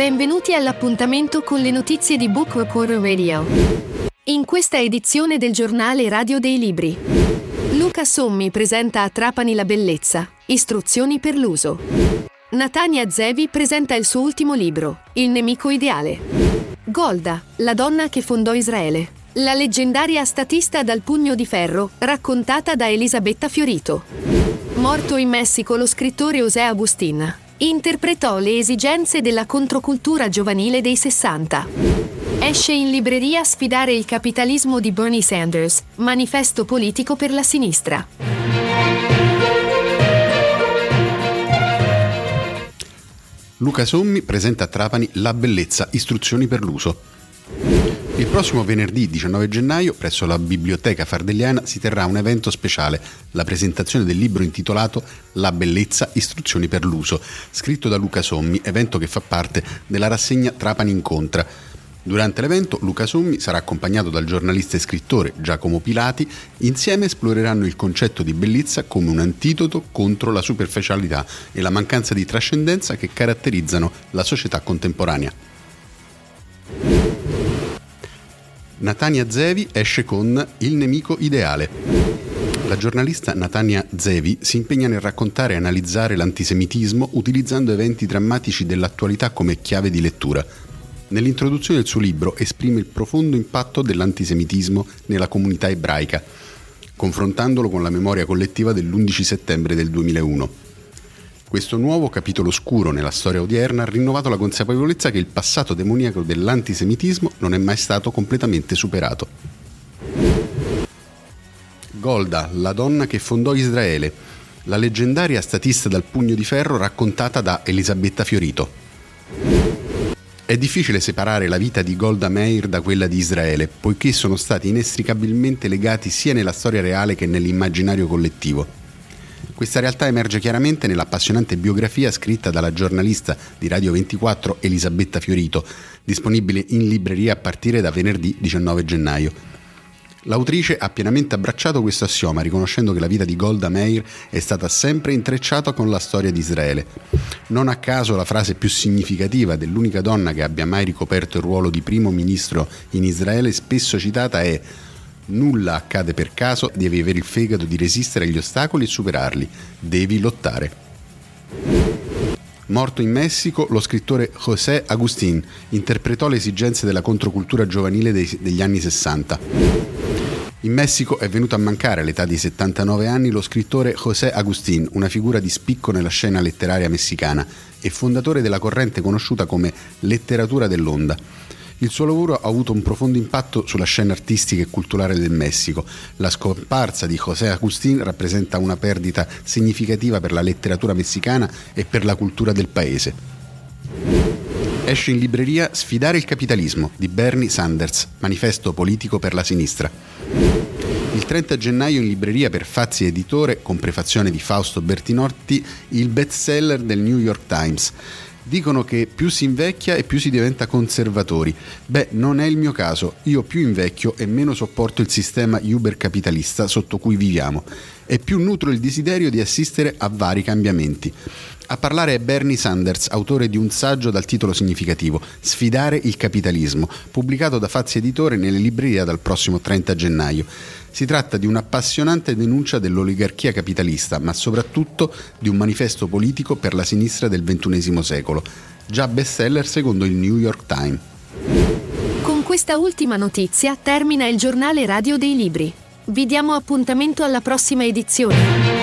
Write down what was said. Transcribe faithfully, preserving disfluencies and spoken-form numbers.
Benvenuti all'appuntamento con le notizie di Book Reporter Radio. In questa edizione del giornale Radio dei Libri, Luca Sommi presenta a Trapani la bellezza, istruzioni per l'uso. Natania Zevi presenta il suo ultimo libro, Il nemico ideale. Golda, la donna che fondò Israele. La leggendaria statista dal pugno di ferro, raccontata da Elisabetta Fiorito. Morto in Messico lo scrittore José Agustín interpretò le esigenze della controcultura giovanile dei sessanta. Esce in libreria Sfidare il capitalismo di Bernie Sanders, manifesto politico per la sinistra. Luca Sommi presenta a Trapani La bellezza, istruzioni per l'uso. Il prossimo venerdì diciannove gennaio, presso la Biblioteca Fardelliana, si terrà un evento speciale, la presentazione del libro intitolato La bellezza, istruzioni per l'uso, scritto da Luca Sommi, evento che fa parte della rassegna Trapani Incontra. Durante l'evento Luca Sommi sarà accompagnato dal giornalista e scrittore Giacomo Pilati. Insieme esploreranno il concetto di bellezza come un antidoto contro la superficialità e la mancanza di trascendenza che caratterizzano la società contemporanea. Natania Zevi esce con Il nemico ideale. La giornalista Natania Zevi si impegna nel raccontare e analizzare l'antisemitismo utilizzando eventi drammatici dell'attualità come chiave di lettura. Nell'introduzione del suo libro esprime il profondo impatto dell'antisemitismo nella comunità ebraica, confrontandolo con la memoria collettiva dell'undici settembre del duemilauno. Questo nuovo capitolo scuro nella storia odierna ha rinnovato la consapevolezza che il passato demoniaco dell'antisemitismo non è mai stato completamente superato. Golda, la donna che fondò Israele, la leggendaria statista dal pugno di ferro raccontata da Elisabetta Fiorito. È difficile separare la vita di Golda Meir da quella di Israele, poiché sono stati inestricabilmente legati sia nella storia reale che nell'immaginario collettivo. Questa realtà emerge chiaramente nell'appassionante biografia scritta dalla giornalista di Radio ventiquattro Elisabetta Fiorito, disponibile in libreria a partire da venerdì diciannove gennaio. L'autrice ha pienamente abbracciato questo assioma, riconoscendo che la vita di Golda Meir è stata sempre intrecciata con la storia di Israele. Non a caso la frase più significativa dell'unica donna che abbia mai ricoperto il ruolo di primo ministro in Israele, spesso citata, è: nulla accade per caso, devi avere il fegato di resistere agli ostacoli e superarli, devi lottare. Morto in Messico, lo scrittore José Agustín interpretò le esigenze della controcultura giovanile dei, degli anni sessanta. In Messico è venuto a mancare all'età di settantanove anni lo scrittore José Agustín, una figura di spicco nella scena letteraria messicana e fondatore della corrente conosciuta come letteratura dell'onda. Il suo lavoro ha avuto un profondo impatto sulla scena artistica e culturale del Messico. La scomparsa di José Agustín rappresenta una perdita significativa per la letteratura messicana e per la cultura del paese. Esce in libreria Sfidare il capitalismo di Bernie Sanders, manifesto politico per la sinistra. Il trenta gennaio in libreria per Fazzi Editore, con prefazione di Fausto Bertinotti, il bestseller del New York Times. Dicono che più si invecchia e più si diventa conservatori. Beh, non è il mio caso. Io più invecchio e meno sopporto il sistema ubercapitalista sotto cui viviamo e più nutro il desiderio di assistere a vari cambiamenti. A parlare è Bernie Sanders, autore di un saggio dal titolo significativo, Sfidare il capitalismo, pubblicato da Fazzi Editore nelle librerie dal prossimo trenta gennaio. Si tratta di un'appassionante denuncia dell'oligarchia capitalista, ma soprattutto di un manifesto politico per la sinistra del ventunesimo secolo, già bestseller secondo il New York Times. Con questa ultima notizia termina il giornale Radio dei Libri. Vi diamo appuntamento alla prossima edizione.